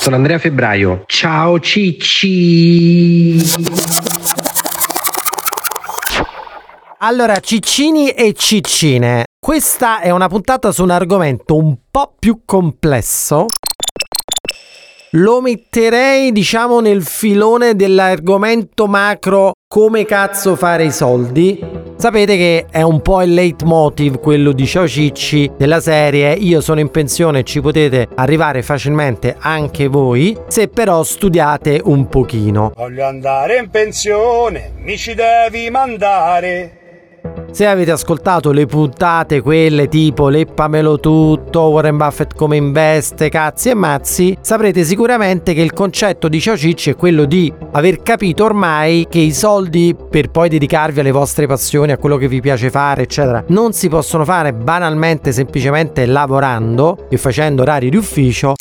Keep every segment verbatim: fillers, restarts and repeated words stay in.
Sono Andrea Febbraio. Ciao Cicci. Allora, ciccini e ciccine, questa è una puntata su un argomento un po' più complesso. Lo metterei, diciamo, nel filone dell'argomento macro, come cazzo fare i soldi. Sapete che è un po' il leitmotiv, quello di Ciao Cicci, della serie Io sono in pensione e ci potete arrivare facilmente anche voi, se però studiate un pochino. Voglio andare in pensione, mi ci devi mandare. Se avete ascoltato le puntate, quelle tipo Leppamelo tutto, Warren Buffett come investe, cazzi e mazzi, saprete sicuramente che il concetto di Ciao Cicci è quello di aver capito ormai che i soldi per poi dedicarvi alle vostre passioni, a quello che vi piace fare, eccetera, non si possono fare banalmente semplicemente lavorando e facendo orari di ufficio,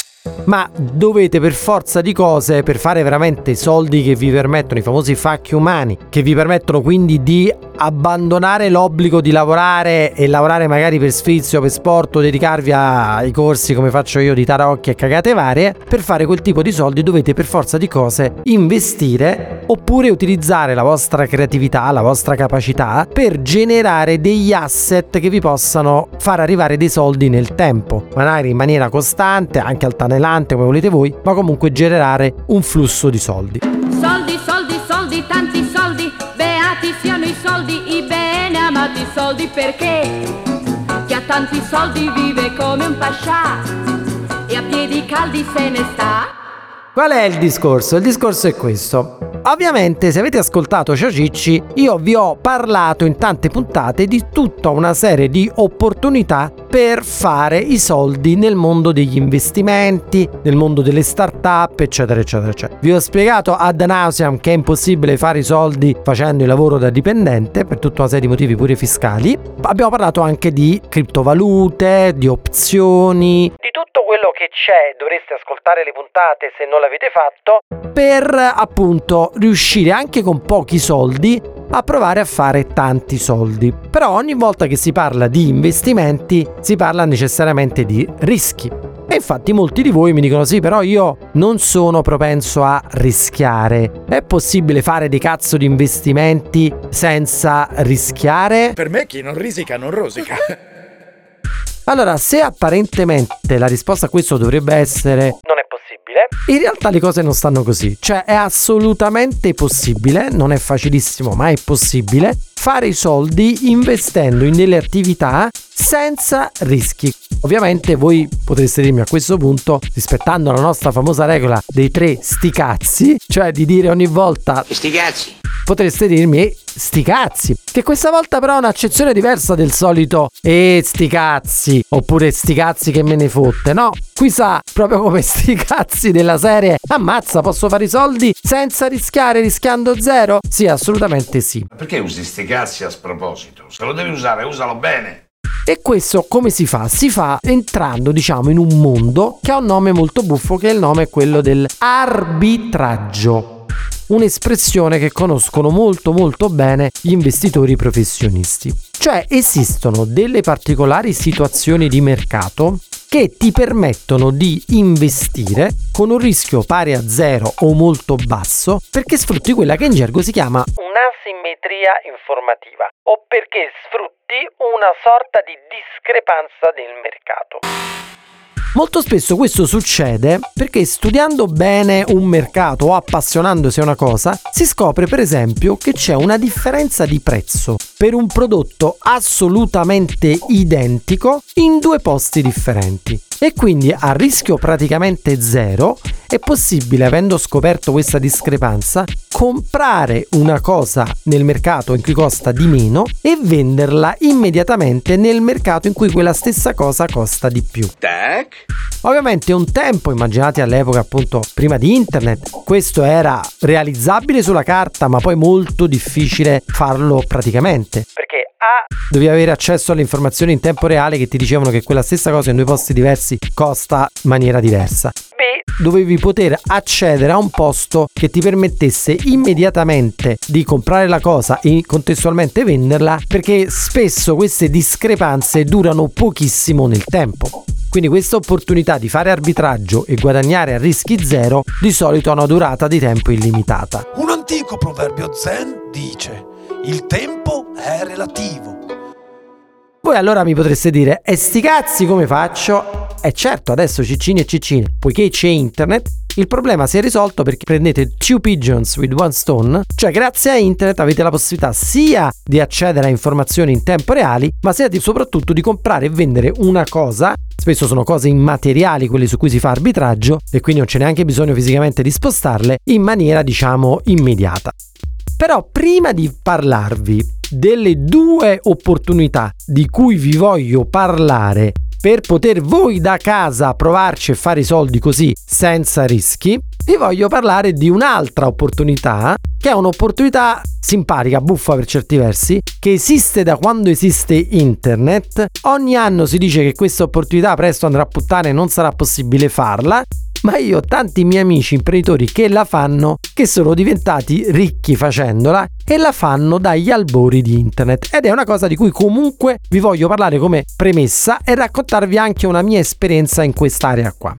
ma dovete per forza di cose, per fare veramente soldi che vi permettono, i famosi facchi umani, che vi permettono quindi di abbandonare l'obbligo di lavorare e lavorare magari per sfizio, per sport, o dedicarvi ai corsi come faccio io di tarocchi e cagate varie. Per fare quel tipo di soldi dovete per forza di cose investire oppure utilizzare la vostra creatività, la vostra capacità per generare degli asset che vi possano far arrivare dei soldi nel tempo, magari in maniera costante, anche altalenante come volete voi, ma comunque generare un flusso di soldi. Soldi, soldi, soldi, tanti soldi, beati siano i soldi, i bene amati soldi, perché chi ha tanti soldi vive come un pascià e a piedi caldi se ne sta. Qual è il discorso? Il discorso è questo. Ovviamente, se avete ascoltato Ciao Cicci, io vi ho parlato in tante puntate di tutta una serie di opportunità per fare i soldi nel mondo degli investimenti, nel mondo delle start-up, eccetera, eccetera, eccetera. Vi ho spiegato ad nauseam che è impossibile fare i soldi facendo il lavoro da dipendente, per tutta una serie di motivi pure fiscali. Abbiamo parlato anche di criptovalute, di opzioni, di tutto quello che c'è. Dovreste ascoltare le puntate se non l'avete fatto, per appunto riuscire anche con pochi soldi a provare a fare tanti soldi. Però ogni volta che si parla di investimenti si parla necessariamente di rischi. E infatti molti di voi mi dicono: sì, però io non sono propenso a rischiare. È possibile fare dei cazzo di investimenti senza rischiare? Per me chi non risica non rosica. Allora, se apparentemente la risposta a questo dovrebbe essere non è possibile, in realtà le cose non stanno così. Cioè, è assolutamente possibile, non è facilissimo, ma è possibile fare i soldi investendo in delle attività senza rischi. Ovviamente voi potreste dirmi a questo punto, rispettando la nostra famosa regola dei tre sti cazzi, cioè di dire ogni volta sti cazzi, potreste dirmi eh, sti cazzi, che questa volta però ha un'accezione diversa del solito e sti cazzi, oppure sti cazzi che me ne fotte, no? Qui sa, proprio come sti cazzi della serie ammazza, posso fare i soldi senza rischiare, rischiando zero? Sì, assolutamente sì. perché usi sti cazzi a sproposito? Se lo devi usare, usalo bene. E questo come si fa? Si fa entrando, diciamo, in un mondo che ha un nome molto buffo, che il nome è quello dell'arbitraggio. Un'espressione che conoscono molto molto bene gli investitori professionisti. Cioè esistono delle particolari situazioni di mercato che ti permettono di investire con un rischio pari a zero o molto basso, perché sfrutti quella che in gergo si chiama un'asimmetria informativa, o perché sfrutti una sorta di discrepanza del mercato. Molto spesso questo succede perché studiando bene un mercato o appassionandosi a una cosa si scopre per esempio che c'è una differenza di prezzo per un prodotto assolutamente identico in due posti differenti, e quindi a rischio praticamente zero è possibile, avendo scoperto questa discrepanza, comprare una cosa nel mercato in cui costa di meno e venderla immediatamente nel mercato in cui quella stessa cosa costa di più. Tac. Ovviamente un tempo, immaginate all'epoca appunto prima di internet, questo era realizzabile sulla carta, ma poi molto difficile farlo praticamente, perché A, dovevi avere accesso alle informazioni in tempo reale che ti dicevano che quella stessa cosa in due posti diversi costa in maniera diversa. B, dovevi poter accedere a un posto che ti permettesse immediatamente di comprare la cosa e contestualmente venderla, perché spesso queste discrepanze durano pochissimo nel tempo. Quindi questa opportunità di fare arbitraggio e guadagnare a rischi zero di solito ha una durata di tempo illimitata. Un antico proverbio zen dice: il tempo è relativo. Voi allora mi potreste dire: e sti cazzi come faccio? E certo, adesso ciccini e ciccine, poiché c'è internet, il problema si è risolto perché prendete two pigeons with one stone, cioè grazie a internet avete la possibilità sia di accedere a informazioni in tempo reali, ma sia di, soprattutto di comprare e vendere una cosa. Spesso sono cose immateriali quelle su cui si fa arbitraggio e quindi non c'è neanche bisogno fisicamente di spostarle, in maniera diciamo immediata. Però prima di parlarvi delle due opportunità di cui vi voglio parlare per poter voi da casa provarci e fare i soldi così senza rischi, vi voglio parlare di un'altra opportunità che è un'opportunità simpatica, buffa per certi versi, che esiste da quando esiste internet. Ogni anno si dice che questa opportunità presto andrà a puttane e non sarà possibile farla, ma io ho tanti miei amici imprenditori che la fanno, che sono diventati ricchi facendola e la fanno dagli albori di internet, ed è una cosa di cui comunque vi voglio parlare come premessa e raccontarvi anche una mia esperienza in quest'area qua.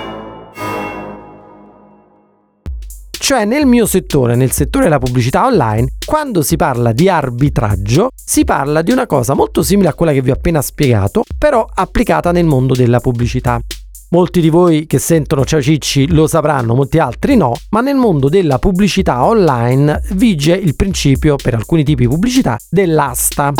Cioè nel mio settore, nel settore della pubblicità online, quando si parla di arbitraggio si parla di una cosa molto simile a quella che vi ho appena spiegato, però applicata nel mondo della pubblicità. Molti di voi che sentono Ciao Cicci lo sapranno, molti altri no, ma nel mondo della pubblicità online vige il principio, per alcuni tipi di pubblicità, dell'asta.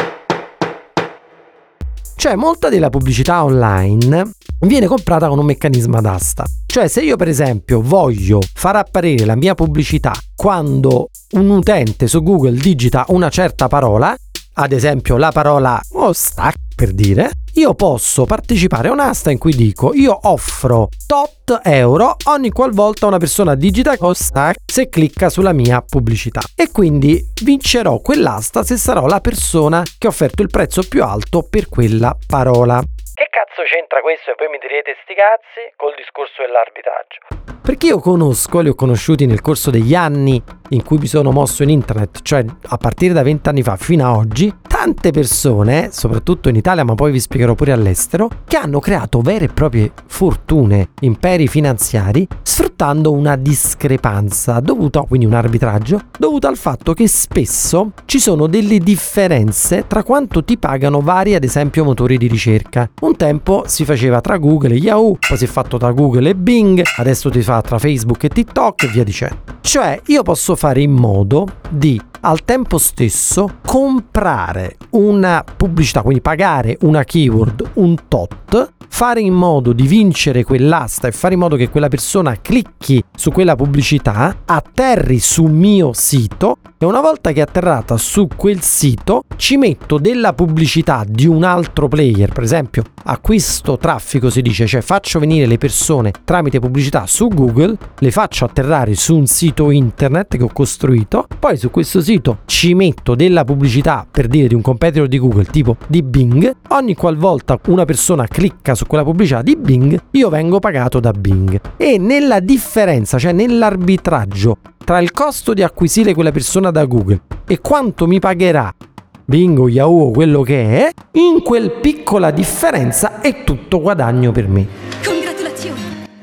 Cioè molta della pubblicità online viene comprata con un meccanismo d'asta. Cioè se io per esempio voglio far apparire la mia pubblicità quando un utente su Google digita una certa parola, ad esempio la parola Ostac per dire, io posso partecipare a un'asta in cui dico io offro tot euro ogni qualvolta una persona digita Ostac se clicca sulla mia pubblicità, e quindi vincerò quell'asta se sarò la persona che ha offerto il prezzo più alto per quella parola. Che cazzo c'entra questo? E poi mi direte sti cazzi col discorso dell'arbitraggio. Perché io conosco, li ho conosciuti nel corso degli anni in cui mi sono mosso in internet, cioè a partire da vent'anni fa fino a oggi, tante persone, soprattutto in Italia, ma poi vi spiegherò pure all'estero, che hanno creato vere e proprie fortune, imperi finanziari, sfruttando una discrepanza dovuta, quindi un arbitraggio, dovuto al fatto che spesso ci sono delle differenze tra quanto ti pagano vari, ad esempio, motori di ricerca. Un tempo si faceva tra Google e Yahoo, poi si è fatto tra Google e Bing, adesso ti fa tra Facebook e TikTok e via dicendo. Cioè io posso fare in modo di al tempo stesso comprare una pubblicità, quindi pagare una keyword un tot, fare in modo di vincere quell'asta e fare in modo che quella persona clicchi su quella pubblicità, atterri sul mio sito, e una volta che è atterrata su quel sito ci metto della pubblicità di un altro player, per esempio acquisto traffico si dice, cioè faccio venire le persone tramite pubblicità su Google, le faccio atterrare su un sito internet che ho costruito, poi su questo sito ci metto della pubblicità, per dire di un competitor di Google tipo di Bing, ogni qualvolta una persona clicca su quella pubblicità di Bing io vengo pagato da Bing, e nella differenza, cioè nell'arbitraggio tra il costo di acquisire quella persona da Google e quanto mi pagherà Bing o Yahoo o quello che è, in quel piccola differenza è tutto guadagno per me. Congratulazioni!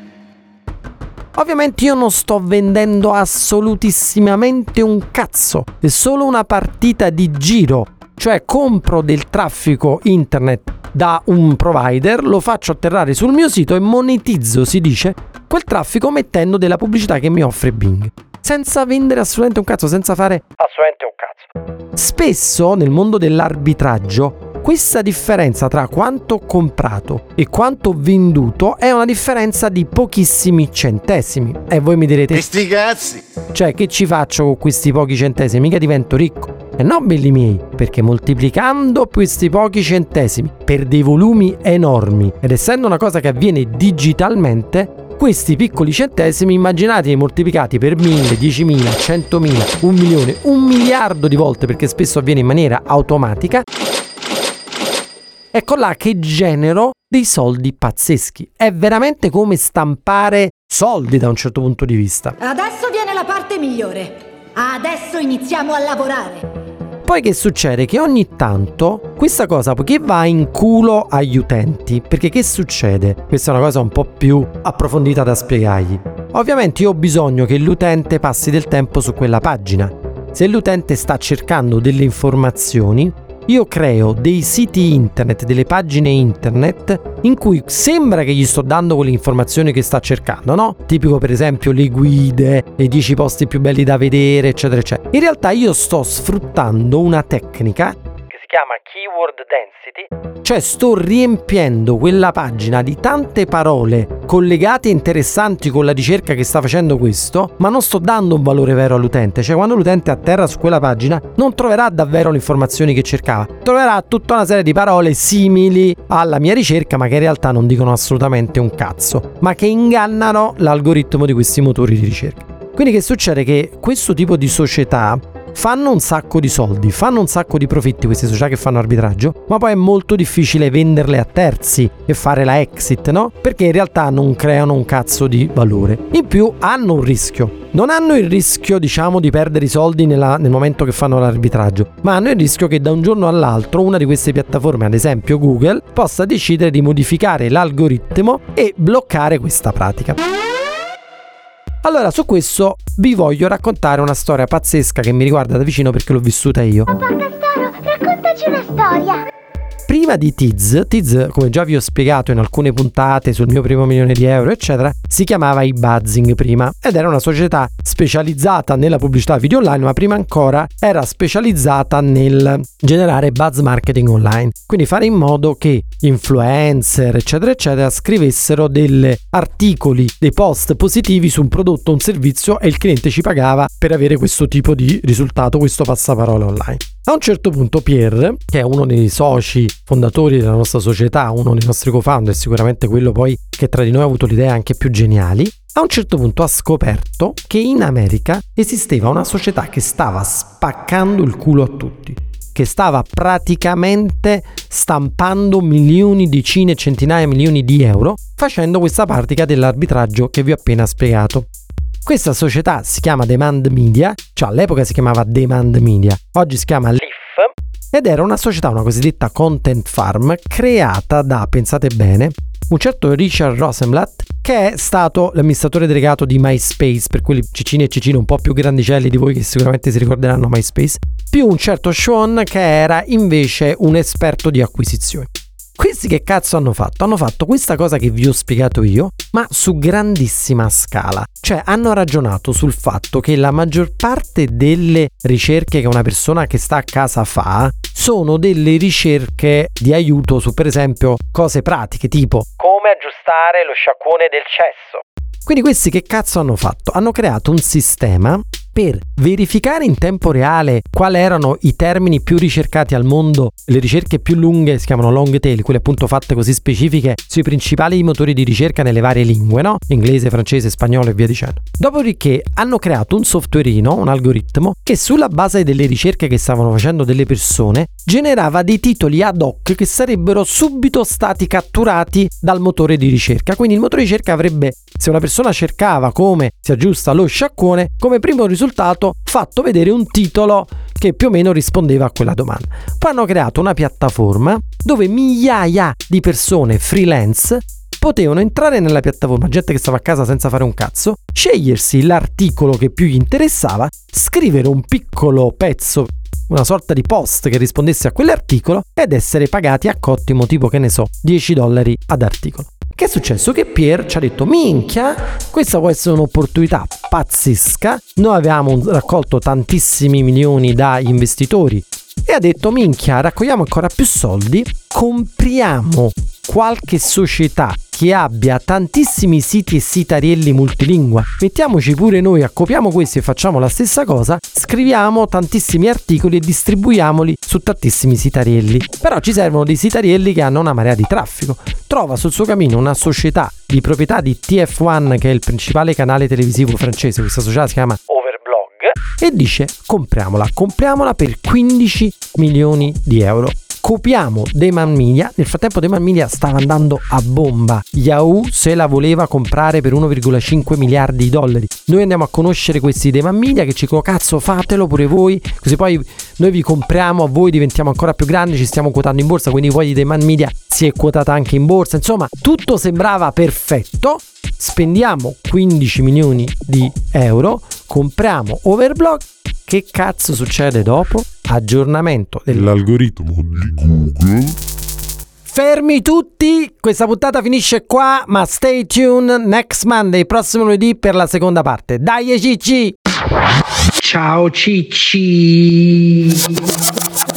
Ovviamente io non sto vendendo assolutissimamente un cazzo, è solo una partita di giro, cioè compro del traffico internet da un provider, lo faccio atterrare sul mio sito e monetizzo, si dice, quel traffico mettendo della pubblicità che mi offre Bing, senza vendere assolutamente un cazzo, senza fare Assolutamente un cazzo. Spesso nel mondo dell'arbitraggio questa differenza tra quanto ho comprato e quanto ho venduto è una differenza di pochissimi centesimi, e voi mi direte E sti cazzi! cioè che ci faccio con questi pochi centesimi, mica divento ricco. E no, belli miei, perché moltiplicando questi pochi centesimi per dei volumi enormi, ed essendo una cosa che avviene digitalmente, questi piccoli centesimi immaginateli moltiplicati per mille, diecimila, centomila, un milione, un miliardo di volte, perché spesso avviene in maniera automatica, ecco là che genero dei soldi pazzeschi. È veramente come stampare soldi da un certo punto di vista. Adesso viene la parte migliore. Adesso iniziamo a lavorare. Poi che succede? Che ogni tanto questa cosa poiché va in culo agli utenti, perché che succede? Questa è una cosa un po' più approfondita da spiegargli. Ovviamente io ho bisogno che l'utente passi del tempo su quella pagina. Se l'utente sta cercando delle informazioni, io creo dei siti internet, delle pagine internet in cui sembra che gli sto dando quelle informazioni che sta cercando, no? Tipico per esempio le guide, i dieci posti più belli da vedere, eccetera, eccetera. In realtà io sto sfruttando una tecnica che si chiama keyword density, cioè sto riempiendo quella pagina di tante parole collegate e interessanti con la ricerca che sta facendo questo, ma non sto dando un valore vero all'utente. Cioè quando l'utente atterra su quella pagina non troverà davvero le informazioni che cercava, troverà tutta una serie di parole simili alla mia ricerca ma che in realtà non dicono assolutamente un cazzo, ma che ingannano l'algoritmo di questi motori di ricerca. Quindi che succede? Che questo tipo di società fanno un sacco di soldi, fanno un sacco di profitti queste società che fanno arbitraggio, ma poi è molto difficile venderle a terzi e fare la exit, no? Perché in realtà non creano un cazzo di valore. In più hanno un rischio. Non hanno il rischio, diciamo, di perdere i soldi nella, nel momento che fanno l'arbitraggio, ma hanno il rischio che da un giorno all'altro una di queste piattaforme, ad esempio Google, possa decidere di modificare l'algoritmo e bloccare questa pratica. Allora, su questo vi voglio raccontare una storia pazzesca che mi riguarda da vicino perché l'ho vissuta io. Papà Castoro, raccontaci una storia. Prima di Tiz, Tiz, come già vi ho spiegato in alcune puntate sul mio primo milione di euro, eccetera, si chiamava iBuzzing prima ed era una società specializzata nella pubblicità video online, ma prima ancora era specializzata nel generare buzz marketing online. Quindi fare in modo che influencer, eccetera, eccetera, scrivessero degli articoli, dei post positivi su un prodotto o un servizio e il cliente ci pagava per avere questo tipo di risultato, questo passaparola online. A un certo punto Pierre, che è uno dei soci fondatori della nostra società, uno dei nostri co-founder, sicuramente quello poi che tra di noi ha avuto le idee anche più geniali, a un certo punto ha scoperto che in America esisteva una società che stava spaccando il culo a tutti, che stava praticamente stampando milioni, decine, centinaia di milioni di euro facendo questa pratica dell'arbitraggio che vi ho appena spiegato. Questa società si chiama Demand Media, cioè all'epoca si chiamava Demand Media, oggi si chiama L I F, ed era una società, una cosiddetta content farm, creata da, pensate bene, un certo Richard Rosenblatt, che è stato l'amministratore delegato di MySpace, per quelli cicini e cicini un po' più grandicelli di voi che sicuramente si ricorderanno MySpace, più un certo Sean che era invece un esperto di acquisizioni. Questi che cazzo hanno fatto? Hanno fatto questa cosa che vi ho spiegato io, ma su grandissima scala. Cioè hanno ragionato sul fatto che la maggior parte delle ricerche che una persona che sta a casa fa sono delle ricerche di aiuto su, per esempio, cose pratiche tipo come aggiustare lo sciacquone del cesso. Quindi questi che cazzo hanno fatto? Hanno creato un sistema per verificare in tempo reale quali erano i termini più ricercati al mondo, le ricerche più lunghe si chiamano long tail, quelle appunto fatte così specifiche sui principali motori di ricerca nelle varie lingue, no? Inglese, francese, spagnolo e via dicendo. Dopodiché hanno creato un softwareino, un algoritmo, che sulla base delle ricerche che stavano facendo delle persone generava dei titoli ad hoc che sarebbero subito stati catturati dal motore di ricerca. Quindi il motore di ricerca avrebbe, se una persona cercava come si aggiusta lo sciacquone, come primo risultato fatto vedere un titolo che più o meno rispondeva a quella domanda. Poi hanno creato una piattaforma dove migliaia di persone freelance potevano entrare nella piattaforma, gente che stava a casa senza fare un cazzo, scegliersi l'articolo che più gli interessava, scrivere un piccolo pezzo, una sorta di post che rispondesse a quell'articolo ed essere pagati a cottimo, tipo che ne so, dieci dollari ad articolo. Che è successo? Che Pierre ci ha detto: minchia, questa può essere un'opportunità pazzesca, noi avevamo raccolto tantissimi milioni da investitori e ha detto: minchia, raccogliamo ancora più soldi, compriamo qualche società che abbia tantissimi siti e sitarielli multilingua, mettiamoci pure noi, accopiamo questi e facciamo la stessa cosa, scriviamo tantissimi articoli e distribuiamoli su tantissimi sitarielli. Però ci servono dei sitarielli che hanno una marea di traffico. Trova sul suo cammino una società di proprietà di T F uno, che è il principale canale televisivo francese, questa società si chiama Overblog, e dice: compriamola, compriamola per quindici milioni di euro. Copiamo Demand Media. Nel frattempo Demand Media stava andando a bomba, Yahoo se la voleva comprare per uno virgola cinque miliardi di dollari. noi andiamo a conoscere questi dei Mammedia che ci dicono cazzo fatelo pure voi, così poi noi vi compriamo a voi, diventiamo ancora più grandi, ci stiamo quotando in borsa, quindi poi di Mammedia si è quotata anche in borsa, insomma tutto sembrava perfetto. Spendiamo quindici milioni di euro, compriamo Overblock. Che cazzo succede dopo? Aggiornamento dell'algoritmo di Google. Fermi tutti, questa puntata finisce qua, ma stay tuned next Monday, prossimo lunedì per la seconda parte. Dai Cicci! Ciao Cicci!